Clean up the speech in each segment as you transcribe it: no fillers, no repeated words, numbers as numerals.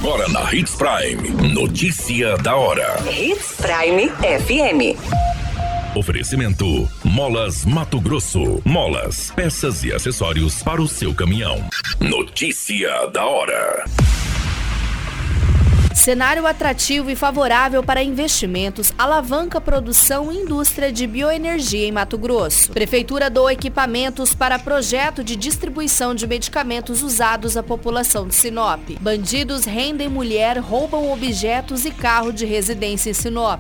Agora na Hits Prime. Notícia da hora. Hits Prime FM. Oferecimento Molas Mato Grosso. Molas, peças e acessórios para o seu caminhão. Notícia da hora. Cenário atrativo e favorável para investimentos alavanca produção e indústria de bioenergia em Mato Grosso. Prefeitura doa equipamentos para projeto de distribuição de medicamentos usados à população de Sinop. Bandidos rendem mulher, roubam objetos e carro de residência em Sinop.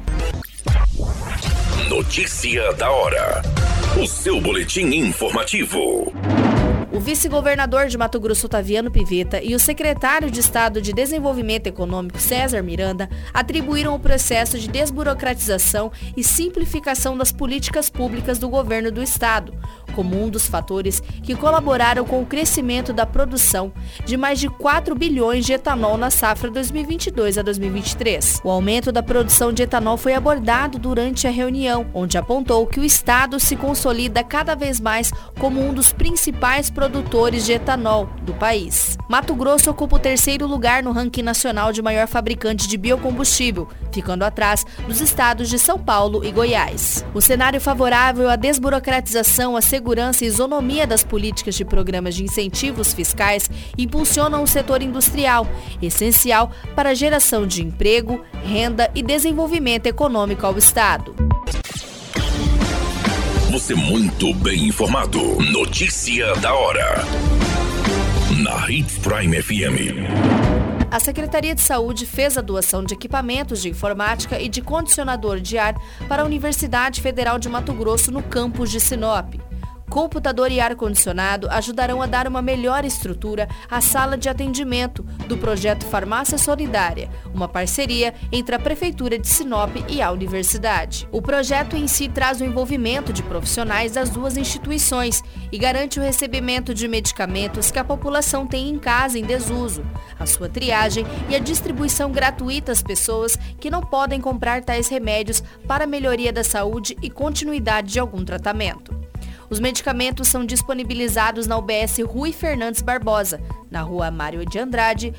Notícia da hora. O seu boletim informativo. O vice-governador de Mato Grosso, Otaviano Pivetta, e o secretário de Estado de Desenvolvimento Econômico, César Miranda, atribuíram o processo de desburocratização e simplificação das políticas públicas do governo do Estado como um dos fatores que colaboraram com o crescimento da produção de mais de 4 bilhões de etanol na safra 2022 a 2023. O aumento da produção de etanol foi abordado durante a reunião, onde apontou que o Estado se consolida cada vez mais como um dos principais produtores de etanol do país. Mato Grosso ocupa o 3º lugar no ranking nacional de maior fabricante de biocombustível, ficando atrás dos estados de São Paulo e Goiás. O cenário favorável à desburocratização, à segurança e isonomia das políticas de programas de incentivos fiscais impulsionam o setor industrial, essencial para a geração de emprego, renda e desenvolvimento econômico ao Estado. Você muito bem informado. Notícia da hora. Na Hits Prime FM. A Secretaria de Saúde fez a doação de equipamentos de informática e de condicionador de ar para a Universidade Federal de Mato Grosso no campus de Sinop. Computador e ar-condicionado ajudarão a dar uma melhor estrutura à sala de atendimento do projeto Farmácia Solidária, uma parceria entre a Prefeitura de Sinop e a Universidade. O projeto em si traz o envolvimento de profissionais das duas instituições e garante o recebimento de medicamentos que a população tem em casa em desuso, a sua triagem e a distribuição gratuita às pessoas que não podem comprar tais remédios para a melhoria da saúde e continuidade de algum tratamento. Os medicamentos são disponibilizados na UBS Rui Fernandes Barbosa, na rua Mário de Andrade,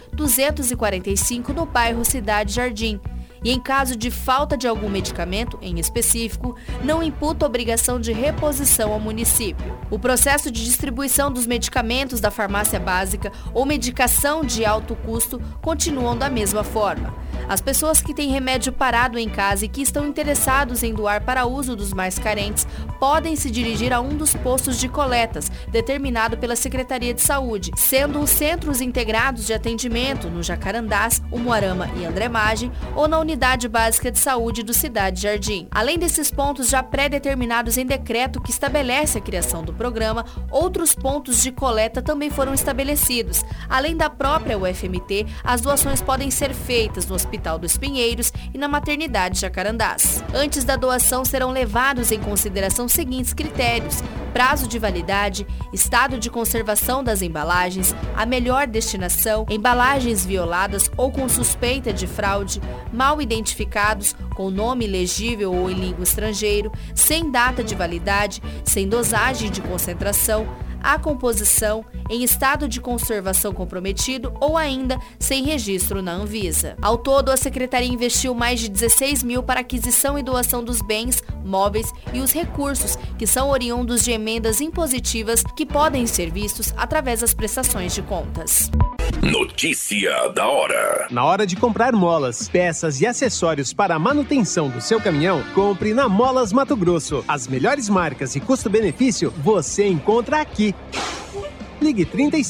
245, no bairro Cidade Jardim. E em caso de falta de algum medicamento, em específico, não imputa obrigação de reposição ao município. O processo de distribuição dos medicamentos da farmácia básica ou medicação de alto custo continuam da mesma forma. As pessoas que têm remédio parado em casa e que estão interessados em doar para uso dos mais carentes podem se dirigir a um dos postos de coletas determinado pela Secretaria de Saúde, sendo os centros integrados de atendimento no Jacarandás, Umuarama e André Maggi ou na Unidade Básica de Saúde do Cidade Jardim. Além desses pontos já pré-determinados em decreto que estabelece a criação do programa, outros pontos de coleta também foram estabelecidos. Além da própria UFMT, as doações podem ser feitas no Hospital dos Pinheiros e na Maternidade Jacarandás. Antes da doação serão levados em consideração os seguintes critérios: prazo de validade, estado de conservação das embalagens, a melhor destinação, embalagens violadas ou com suspeita de fraude, mal identificados, com nome ilegível ou em língua estrangeiro, sem data de validade, sem dosagem de concentração, a composição, em estado de conservação comprometido ou ainda sem registro na Anvisa. Ao todo, a Secretaria investiu mais de 16 mil para aquisição e doação dos bens, móveis e os recursos que são oriundos de emendas impositivas que podem ser vistos através das prestações de contas. Notícia da hora. Na hora de comprar molas, peças e acessórios para a manutenção do seu caminhão, compre na Molas Mato Grosso. As melhores marcas e custo-benefício você encontra aqui. Ligue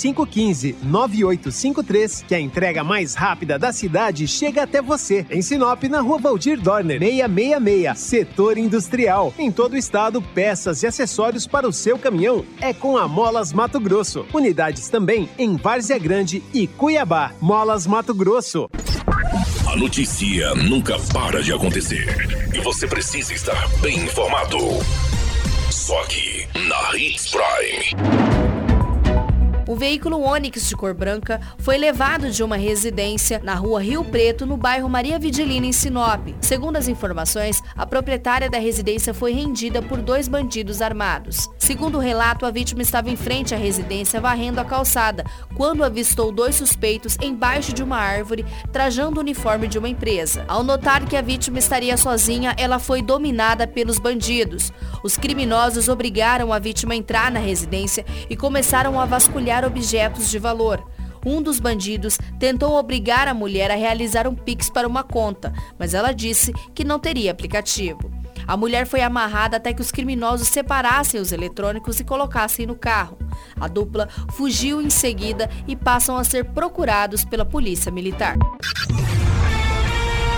3515-9853, que a entrega mais rápida da cidade chega até você. Em Sinop, na rua Valdir Dorner, 666, Setor Industrial. Em todo o estado, peças e acessórios para o seu caminhão é com a Molas Mato Grosso. Unidades também em Várzea Grande e Cuiabá. Molas Mato Grosso. A notícia nunca para de acontecer e você precisa estar bem informado. Só aqui, na Hits Prime. O veículo Onix de cor branca foi levado de uma residência na rua Rio Preto, no bairro Maria Vidilina, em Sinop. Segundo as informações, a proprietária da residência foi rendida por 2 bandidos armados. Segundo o relato, a vítima estava em frente à residência varrendo a calçada, quando avistou 2 suspeitos embaixo de uma árvore, trajando o uniforme de uma empresa. Ao notar que a vítima estaria sozinha, ela foi dominada pelos bandidos. Os criminosos obrigaram a vítima a entrar na residência e começaram a vasculhar objetos de valor. Um dos bandidos tentou obrigar a mulher a realizar um Pix para uma conta, mas ela disse que não teria aplicativo. A mulher foi amarrada até que os criminosos separassem os eletrônicos e colocassem no carro. A dupla fugiu em seguida e passam a ser procurados pela Polícia Militar.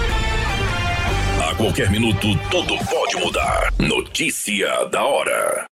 A qualquer minuto, tudo pode mudar. Notícia da hora.